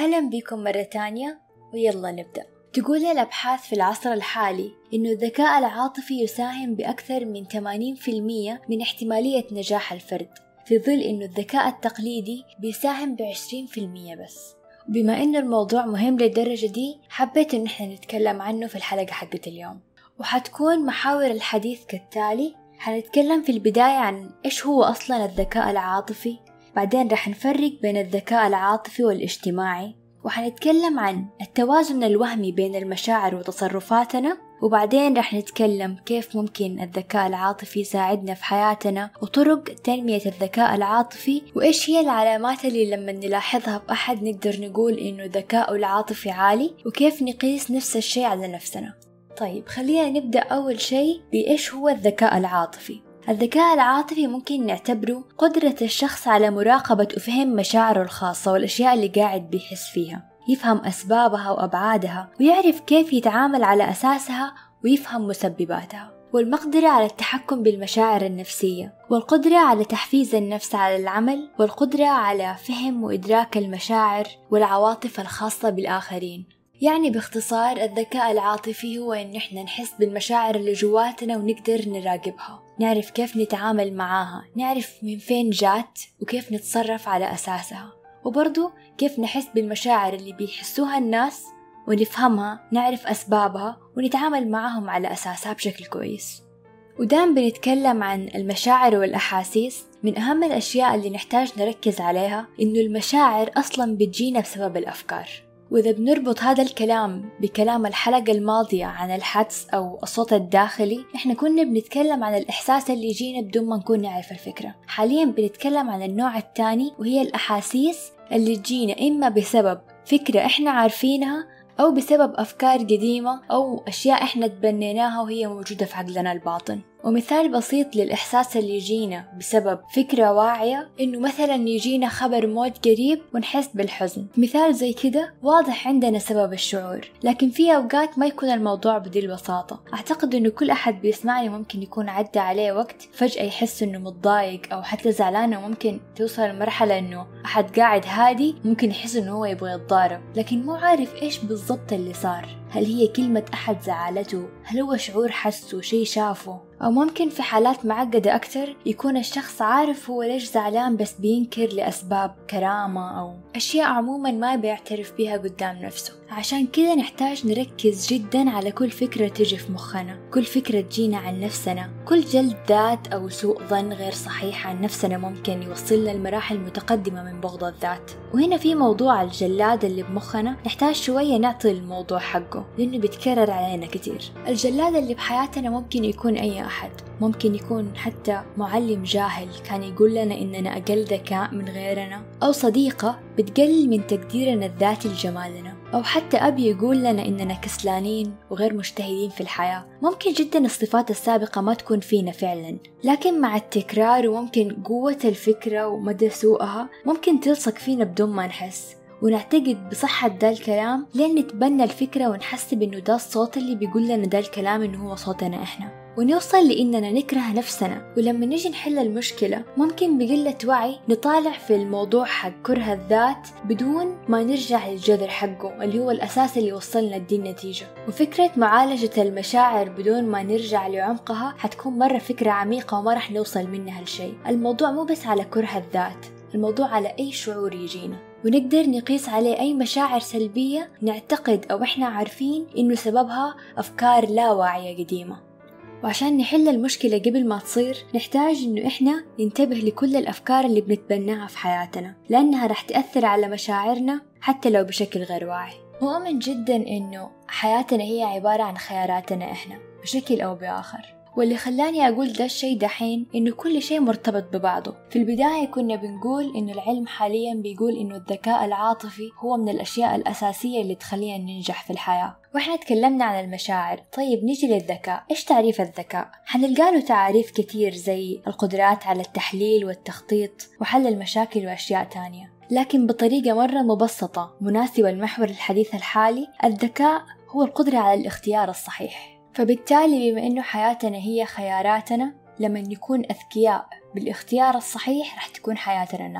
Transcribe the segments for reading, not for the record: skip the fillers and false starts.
أهلا بكم مرة تانية ويلا نبدأ. تقول الأبحاث في العصر الحالي إنه الذكاء العاطفي يساهم بأكثر من 80% من احتمالية نجاح الفرد، في ظل إنه الذكاء التقليدي بيساهم ب20% بس. بما إنه الموضوع مهم للدرجة دي، حبيت إن احنا نتكلم عنه في الحلقة حقت اليوم، وحتكون محاور الحديث كالتالي. حنتكلم في البداية عن إيش هو أصلا الذكاء العاطفي، بعدين رح نفرق بين الذكاء العاطفي والاجتماعي، وحنتكلم عن التوازن الوهمي بين المشاعر وتصرفاتنا، وبعدين رح نتكلم كيف ممكن الذكاء العاطفي يساعدنا في حياتنا وطرق تنمية الذكاء العاطفي، وإيش هي العلامات اللي لما نلاحظها بأحد نقدر نقول إنه ذكاؤه العاطفي عالي، وكيف نقيس نفس الشيء على نفسنا. طيب خلينا نبدأ أول شيء بإيش هو الذكاء العاطفي. الذكاء العاطفي ممكن نعتبره قدرة الشخص على مراقبة وفهم مشاعره الخاصة والأشياء اللي قاعد بيحس فيها، يفهم أسبابها وأبعادها، ويعرف كيف يتعامل على أساسها ويفهم مسبباتها، والمقدرة على التحكم بالمشاعر النفسية، والقدرة على تحفيز النفس على العمل، والقدرة على فهم وإدراك المشاعر والعواطف الخاصة بالآخرين. يعني باختصار الذكاء العاطفي هو إن إحنا نحس بالمشاعر اللي جواتنا ونقدر نراقبها، نعرف كيف نتعامل معاها، نعرف من فين جات وكيف نتصرف على أساسها، وبرضو كيف نحس بالمشاعر اللي بيحسوها الناس ونفهمها، نعرف أسبابها ونتعامل معاهم على أساسها بشكل كويس. ودام بنتكلم عن المشاعر والأحاسيس، من أهم الأشياء اللي نحتاج نركز عليها إنه المشاعر أصلا بتجينا بسبب الأفكار. وإذا بنربط هذا الكلام بكلام الحلقة الماضية عن الحدس أو الصوت الداخلي، إحنا كنا بنتكلم عن الإحساس اللي يجينا بدون ما نكون نعرف الفكرة. حاليا بنتكلم عن النوع الثاني، وهي الأحاسيس اللي تجينا إما بسبب فكرة إحنا عارفينها، أو بسبب أفكار قديمة أو أشياء إحنا تبنيناها وهي موجودة في عقلنا الباطن. ومثال بسيط للإحساس اللي يجينا بسبب فكرة واعية إنه مثلا يجينا خبر موت قريب ونحس بالحزن. مثال زي كده واضح عندنا سبب الشعور، لكن في أوقات ما يكون الموضوع بهذه البساطة. أعتقد إنه كل أحد بيسمعني ممكن يكون عدى عليه وقت فجأة يحس إنه متضايق أو حتى زعلان، وممكن توصل لمرحلة إنه أحد قاعد هادي ممكن يحس إنه هو يبغى يتضارب، لكن مو عارف إيش بالضبط اللي صار. هل هي كلمة أحد زعلته؟ هل هو شعور حسه، شيء شافه؟ أو ممكن في حالات معقدة أكتر يكون الشخص عارف هو ليش زعلان بس بينكر لأسباب كرامة أو أشياء عموما ما بيعترف بيها قدام نفسه. عشان كده نحتاج نركز جدا على كل فكرة تجي في مخنا، كل فكرة تجينا عن نفسنا، كل جلد ذات أو سوء ظن غير صحيح عن نفسنا ممكن يوصلنا لمراحل متقدمة من بغض الذات. وهنا في موضوع الجلاد اللي بمخنا نحتاج شوية نعطي الموضوع حقه، لأنه بيتكرر علينا كتير. الجلاد اللي بحياتنا ممكن يكون أي أحد، ممكن يكون حتى معلم جاهل كان يقول لنا إننا أقل ذكاء من غيرنا، أو صديقة بتقلل من تقديرنا الذاتي لجمالنا، أو حتى أب يقول لنا إننا كسلانين وغير مجتهدين في الحياة. ممكن جدا الصفات السابقة ما تكون فينا فعلا، لكن مع التكرار وممكن قوة الفكرة ومدى سوءها ممكن تلصق فينا بدون ما نحس، ونعتقد بصحة دا الكلام لين نتبنى الفكرة ونحسب إنه دا الصوت اللي بيقول لنا دا الكلام إنه هو صوتنا إحنا، ونوصل لإننا نكره نفسنا. ولما نيجي نحل المشكلة ممكن بقلة وعي نطالع في الموضوع حق كره الذات بدون ما نرجع للجذر حقه اللي هو الأساس اللي وصلنا دي النتيجة. وفكرة معالجة المشاعر بدون ما نرجع لعمقها حتكون مرة فكرة عميقة وما رح نوصل منها لشيء. الموضوع مو بس على كره الذات، الموضوع على أي شعور يجينا، ونقدر نقيس عليه أي مشاعر سلبية نعتقد أو إحنا عارفين إنه سببها أفكار لا واعية قديمة. وعشان نحل المشكلة قبل ما تصير نحتاج إنه إحنا ننتبه لكل الأفكار اللي بنتبناها في حياتنا، لأنها رح تأثر على مشاعرنا حتى لو بشكل غير واعي. مؤمن جدا إنه حياتنا هي عبارة عن خياراتنا إحنا بشكل أو بآخر، واللي خلاني أقول ده الشيء دحين إنه كل شيء مرتبط ببعضه. في البداية كنا بنقول إنه العلم حاليا بيقول إنه الذكاء العاطفي هو من الأشياء الأساسية اللي تخلينا ننجح في الحياة، وإحنا تكلمنا عن المشاعر. طيب نيجي للذكاء. إيش تعريف الذكاء؟ حنلقى له تعريف كتير زي القدرات على التحليل والتخطيط وحل المشاكل وأشياء تانية، لكن بطريقة مرة مبسطة مناسبة لمحور الحديث الحالي. الذكاء هو القدرة على الاختيار الصحيح. فبالتالي بما إنه حياتنا هي خياراتنا، لما نكون أذكياء بالاختيار الصحيح رح تكون حياتنا ناجحة.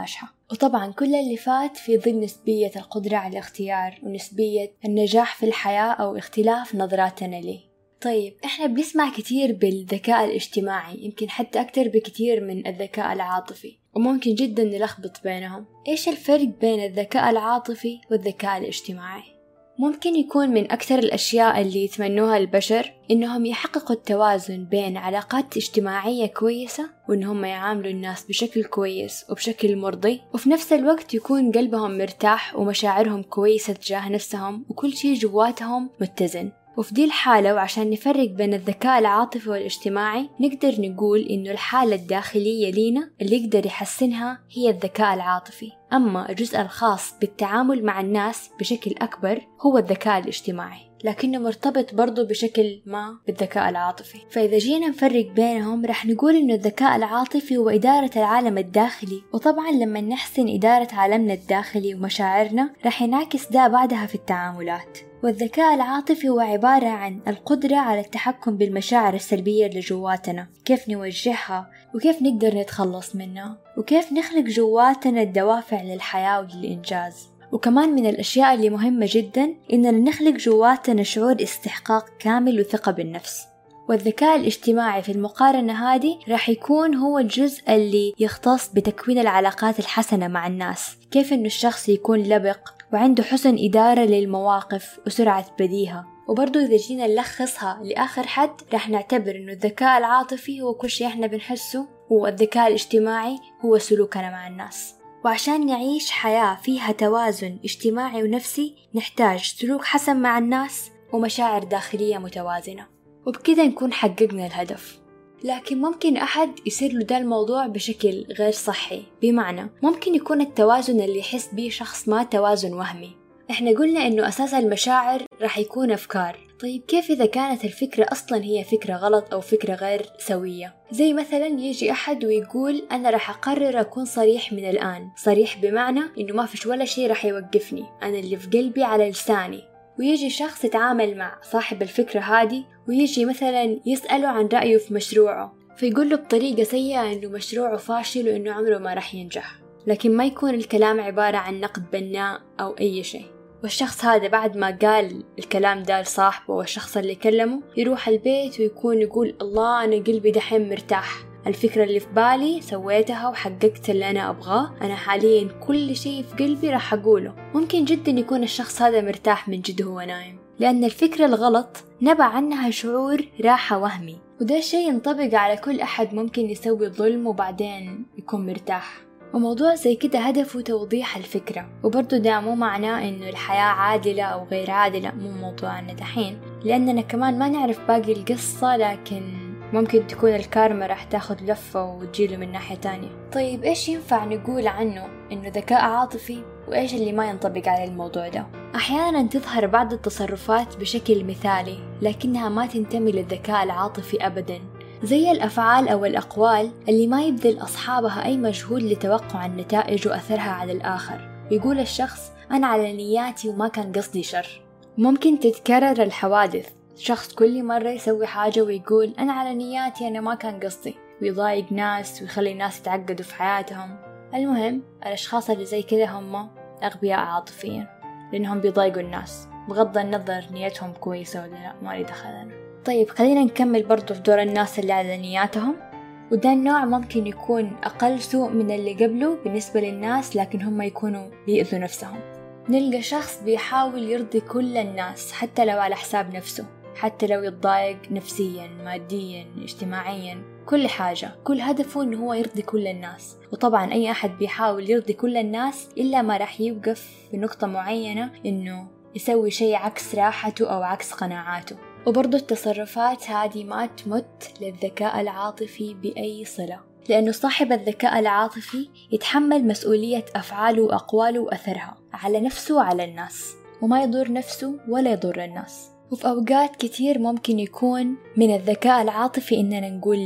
وطبعا كل اللي فات في ظل نسبية القدرة على الاختيار ونسبية النجاح في الحياة أو اختلاف نظراتنا له. طيب إحنا بنسمع كتير بالذكاء الاجتماعي، يمكن حتى أكتر بكتير من الذكاء العاطفي، وممكن جدا نلخبط بينهم. إيش الفرق بين الذكاء العاطفي والذكاء الاجتماعي؟ ممكن يكون من أكثر الأشياء اللي يتمنوها البشر إنهم يحققوا التوازن بين علاقات اجتماعية كويسة وإنهم يعاملوا الناس بشكل كويس وبشكل مرضي، وفي نفس الوقت يكون قلبهم مرتاح ومشاعرهم كويسة تجاه نفسهم وكل شيء جواتهم متزن. وفي دي الحالة، وعشان نفرق بين الذكاء العاطفي والاجتماعي، نقدر نقول إنه الحالة الداخلية لينا اللي يقدر يحسنها هي الذكاء العاطفي، أما الجزء الخاص بالتعامل مع الناس بشكل أكبر هو الذكاء الاجتماعي، لكنه مرتبط برضو بشكل ما بالذكاء العاطفي. فإذا جينا نفرق بينهم رح نقول إنه الذكاء العاطفي هو إدارة العالم الداخلي، وطبعا لما نحسن إدارة عالمنا الداخلي ومشاعرنا رح ينعكس ده بعدها في التعاملات. والذكاء العاطفي هو عبارة عن القدرة على التحكم بالمشاعر السلبية اللي جواتنا، كيف نوجهها وكيف نقدر نتخلص منها وكيف نخلق جواتنا الدوافع للحياة وللإنجاز. وكمان من الأشياء اللي مهمة جدا إننا نخلق جواتنا شعور استحقاق كامل وثقة بالنفس. والذكاء الاجتماعي في المقارنة هذه راح يكون هو الجزء اللي يختص بتكوين العلاقات الحسنة مع الناس، كيف إنه الشخص يكون لبق وعنده حسن إدارة للمواقف وسرعة بديهة. وبرضو إذا جينا نلخصها لآخر حد راح نعتبر إنه الذكاء العاطفي هو كل شيء إحنا بنحسه، والذكاء الاجتماعي هو سلوكنا مع الناس. وعشان نعيش حياة فيها توازن اجتماعي ونفسي نحتاج سلوك حسن مع الناس ومشاعر داخلية متوازنة، وبكذا نكون حققنا الهدف. لكن ممكن أحد يصير له ده الموضوع بشكل غير صحي، بمعنى ممكن يكون التوازن اللي يحس به شخص ما توازن وهمي. إحنا قلنا إنه أساس المشاعر راح يكون أفكار. طيب كيف إذا كانت الفكرة أصلاً هي فكرة غلط أو فكرة غير سوية؟ زي مثلاً يجي أحد ويقول أنا راح أقرر أكون صريح من الآن. صريح بمعنى إنه ما فيش ولا شيء راح يوقفني، أنا اللي في قلبي على لساني. ويجي شخص يتعامل مع صاحب الفكرة هذه ويجي مثلاً يسأله عن رأيه في مشروعه، فيقول له بطريقة سيئة إنه مشروعه فاشل وإنه عمره ما راح ينجح، لكن ما يكون الكلام عبارة عن نقد بناء أو أي شيء. والشخص هذا بعد ما قال الكلام ده لصاحبه والشخص اللي كلمه يروح البيت ويكون يقول الله أنا قلبي دحين مرتاح، الفكرة اللي في بالي سويتها وحققت اللي أنا أبغاه، أنا حاليا كل شيء في قلبي راح أقوله. ممكن جدا يكون الشخص هذا مرتاح من جد هو نايم، لأن الفكرة الغلط نبع عنها شعور راحة وهمي، وده الشيء ينطبق على كل أحد ممكن يسوي ظلم وبعدين يكون مرتاح. وموضوع زي كده هدفه توضيح الفكرة، وبرضو ده مو معناه إنه الحياة عادلة أو غير عادلة، مو موضوعنا دحين، لأننا كمان ما نعرف باقي القصة، لكن ممكن تكون الكارما راح تاخد لفة وتجيله من ناحية تانية. طيب إيش ينفع نقول عنه إنه ذكاء عاطفي وإيش اللي ما ينطبق على الموضوع ده؟ أحيانا تظهر بعض التصرفات بشكل مثالي لكنها ما تنتمي للذكاء العاطفي أبدا، زي الأفعال أو الأقوال اللي ما يبذل أصحابها أي مجهود لتوقع النتائج وأثرها على الآخر، ويقول الشخص أنا على نياتي وما كان قصدي شر. ممكن تتكرر الحوادث، شخص كل مرة يسوي حاجة ويقول أنا على نياتي أنا ما كان قصدي، ويضايق ناس ويخلي الناس يتعقدوا في حياتهم. المهم الأشخاص اللي زي كده هم أغبياء عاطفيا، لأنهم بيضايقوا الناس بغض النظر نيتهم كويسة ولا لا، ما لي دخل أنا. طيب خلينا نكمل برضو في دور الناس اللي على نياتهم، وده النوع ممكن يكون أقل سوء من اللي قبله بالنسبة للناس، لكن هم يكونوا بيأذوا نفسهم. نلقى شخص بيحاول يرضي كل الناس حتى لو على حساب نفسه، حتى لو يتضايق نفسيا ماديا اجتماعيا، كل حاجة، كل هدفه إنه هو يرضي كل الناس. وطبعا أي أحد بيحاول يرضي كل الناس إلا ما راح يوقف في نقطة معينة إنه يسوي شيء عكس راحته أو عكس قناعاته. وبرضو التصرفات هذه ما تمت للذكاء العاطفي بأي صلة، لأنه صاحب الذكاء العاطفي يتحمل مسؤولية أفعاله وأقواله وأثرها على نفسه وعلى الناس، وما يضر نفسه ولا يضر الناس. وفي أوقات كتير ممكن يكون من الذكاء العاطفي إننا نقول لأ،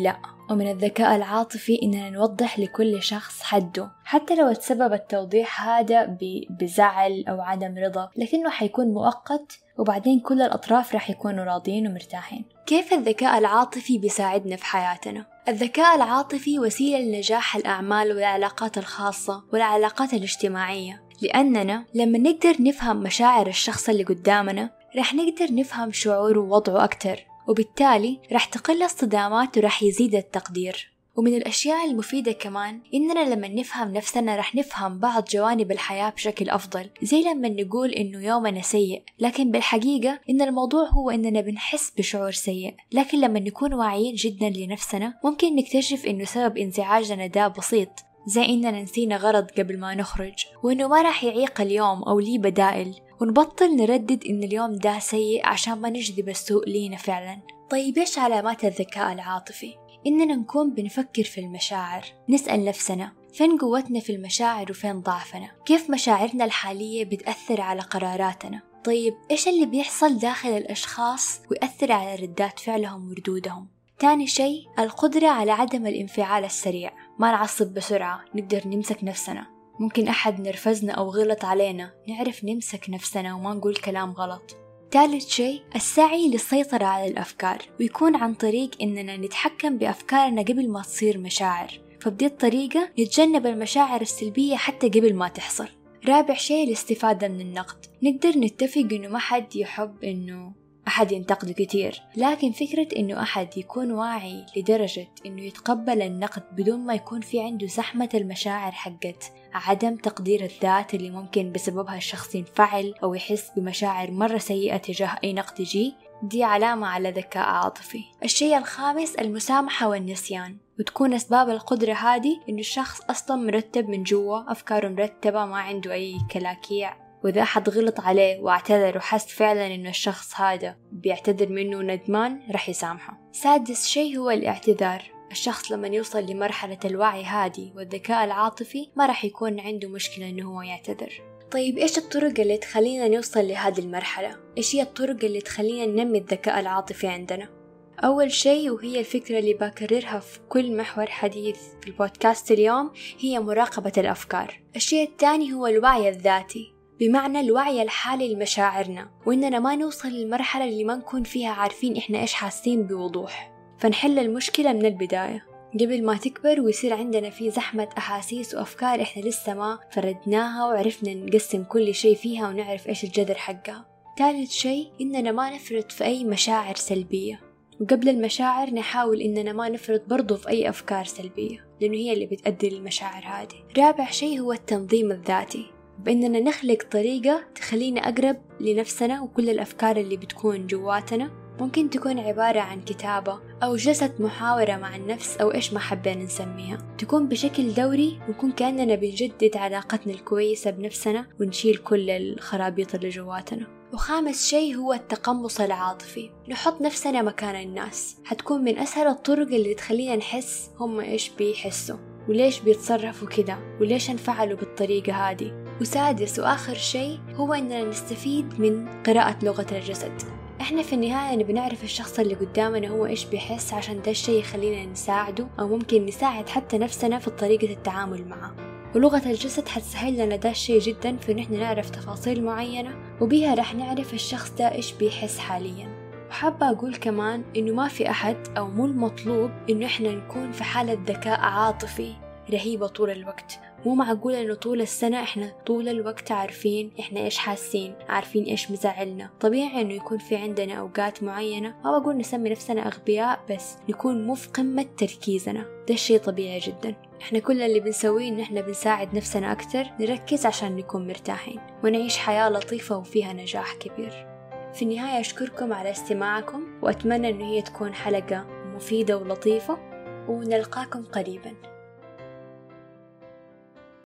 ومن الذكاء العاطفي إننا نوضح لكل شخص حده، حتى لو تسبب التوضيح هذا بزعل أو عدم رضا، لكنه حيكون مؤقت وبعدين كل الأطراف راح يكونوا راضيين ومرتاحين. كيف الذكاء العاطفي بيساعدنا في حياتنا؟ الذكاء العاطفي وسيلة لنجاح الأعمال والعلاقات الخاصة والعلاقات الاجتماعية، لأننا لما نقدر نفهم مشاعر الشخص اللي قدامنا راح نقدر نفهم شعوره ووضعه أكتر، وبالتالي راح تقل الصدامات وراح يزيد التقدير. ومن الأشياء المفيدة كمان إننا لما نفهم نفسنا راح نفهم بعض جوانب الحياة بشكل أفضل، زي لما نقول إنه يومنا سيء، لكن بالحقيقة إن الموضوع هو إننا بنحس بشعور سيء، لكن لما نكون واعيين جدا لنفسنا ممكن نكتشف إنه سبب انزعاجنا ده بسيط، زي إننا نسينا غرض قبل ما نخرج، وإنه ما راح يعيق اليوم أو ليه بدائل، ونبطل نردد إن اليوم ده سيء عشان ما نجذب السوء لينا فعلا. طيب إيش علامات الذكاء العاطفي؟ إننا نكون بنفكر في المشاعر، نسأل نفسنا فين قوتنا في المشاعر وفين ضعفنا، كيف مشاعرنا الحالية بتأثر على قراراتنا. طيب إيش اللي بيحصل داخل الأشخاص ويأثر على ردات فعلهم وردودهم. تاني شيء القدرة على عدم الانفعال السريع، ما نعصب بسرعة، نقدر نمسك نفسنا. ممكن أحد نرفزنا أو غلط علينا نعرف نمسك نفسنا وما نقول كلام غلط. ثالث شيء السعي للسيطرة على الأفكار، ويكون عن طريق إننا نتحكم بأفكارنا قبل ما تصير مشاعر، فبدي الطريقة نتجنب المشاعر السلبية حتى قبل ما تحصل. رابع شيء الاستفادة من النقد، نقدر نتفق إنه ما حد يحب إنه أحد ينتقده كتير، لكن فكرة إنه أحد يكون واعي لدرجة إنه يتقبل النقد بدون ما يكون في عنده زحمة المشاعر حقت عدم تقدير الذات اللي ممكن بسببها الشخص ينفعل أو يحس بمشاعر مرة سيئة تجاه أي نقد يجي، دي علامة على ذكاء عاطفي. الشيء الخامس المسامحة والنسيان، وتكون أسباب القدرة هذه إنه الشخص أصلا مرتب من جوا، أفكاره مرتبة، ما عنده أي كلاكيع، وإذا أحد غلط عليه واعتذر وحس فعلا إنه الشخص هذا بيعتذر منه ندمان رح يسامحه. سادس شيء هو الاعتذار، الشخص لما يوصل لمرحلة الوعي هذه والذكاء العاطفي ما رح يكون عنده مشكلة إنه هو يعتذر. طيب إيش الطرق اللي تخلينا نوصل لهذه المرحلة؟ إيش هي الطرق اللي تخلينا ننمي الذكاء العاطفي عندنا؟ أول شيء، وهي الفكرة اللي بكررها في كل محور حديث في البودكاست اليوم، هي مراقبة الأفكار. الشيء الثاني هو الوعي الذاتي، بمعنى الوعي الحالي لمشاعرنا، وإننا ما نوصل للمرحلة اللي ما نكون فيها عارفين إحنا إيش حاسين بوضوح، فنحل المشكلة من البداية قبل ما تكبر ويصير عندنا في زحمة أحاسيس وأفكار إحنا لسه ما فردناها وعرفنا نقسم كل شيء فيها ونعرف إيش الجذر حقها. ثالث شيء إننا ما نفرط في أي مشاعر سلبية، وقبل المشاعر نحاول إننا ما نفرط برضو في أي أفكار سلبية، لأنه هي اللي بتؤدي للمشاعر هذه. رابع شيء هو التنظيم الذاتي، بإننا نخلق طريقة تخلينا أقرب لنفسنا، وكل الأفكار اللي بتكون جواتنا ممكن تكون عبارة عن كتابة أو جلسة محاورة مع النفس أو إيش ما حبينا نسميها، تكون بشكل دوري، ونكون كأننا بنجدد علاقتنا الكويسة بنفسنا ونشيل كل الخرابيط اللي جواتنا. وخامس شيء هو التقمص العاطفي، نحط نفسنا مكان الناس، حتكون من أسهل الطرق اللي تخلينا نحس هم إيش بيحسوا وليش بيتصرفوا كده وليش انفعلوا بالطريقة هذه. وسادس وآخر شيء هو إننا نستفيد من قراءة لغة الجسد. إحنا في النهاية نبي نعرف الشخص اللي قدامنا هو إيش بيحس، عشان ده الشيء يخلينا نساعده، أو ممكن نساعد حتى نفسنا في طريقة التعامل معه. ولغة الجسد حتسهل لنا ده الشيء جدا في إن إحنا نعرف تفاصيل معينة، وبيها رح نعرف الشخص ده إيش بيحس حاليا. وحابة أقول كمان إنه ما في أحد أو مو المطلوب إنه إحنا نكون في حالة ذكاء عاطفي رهيبة طول الوقت. مو معقول إنه طول السنة إحنا طول الوقت عارفين إحنا إيش حاسين، عارفين إيش مزعلنا. طبيعي إنه يكون في عندنا أوقات معينة، ما بقول نسمي نفسنا أغبياء، بس نكون مو في قمة تركيزنا، ده الشيء طبيعي جدا. إحنا كل اللي بنسويه إن إحنا بنساعد نفسنا أكتر، نركز عشان نكون مرتاحين ونعيش حياة لطيفة وفيها نجاح كبير. في النهاية أشكركم على استماعكم، وأتمنى إنه هي تكون حلقة مفيدة ولطيفة، ونلقاكم قريباً.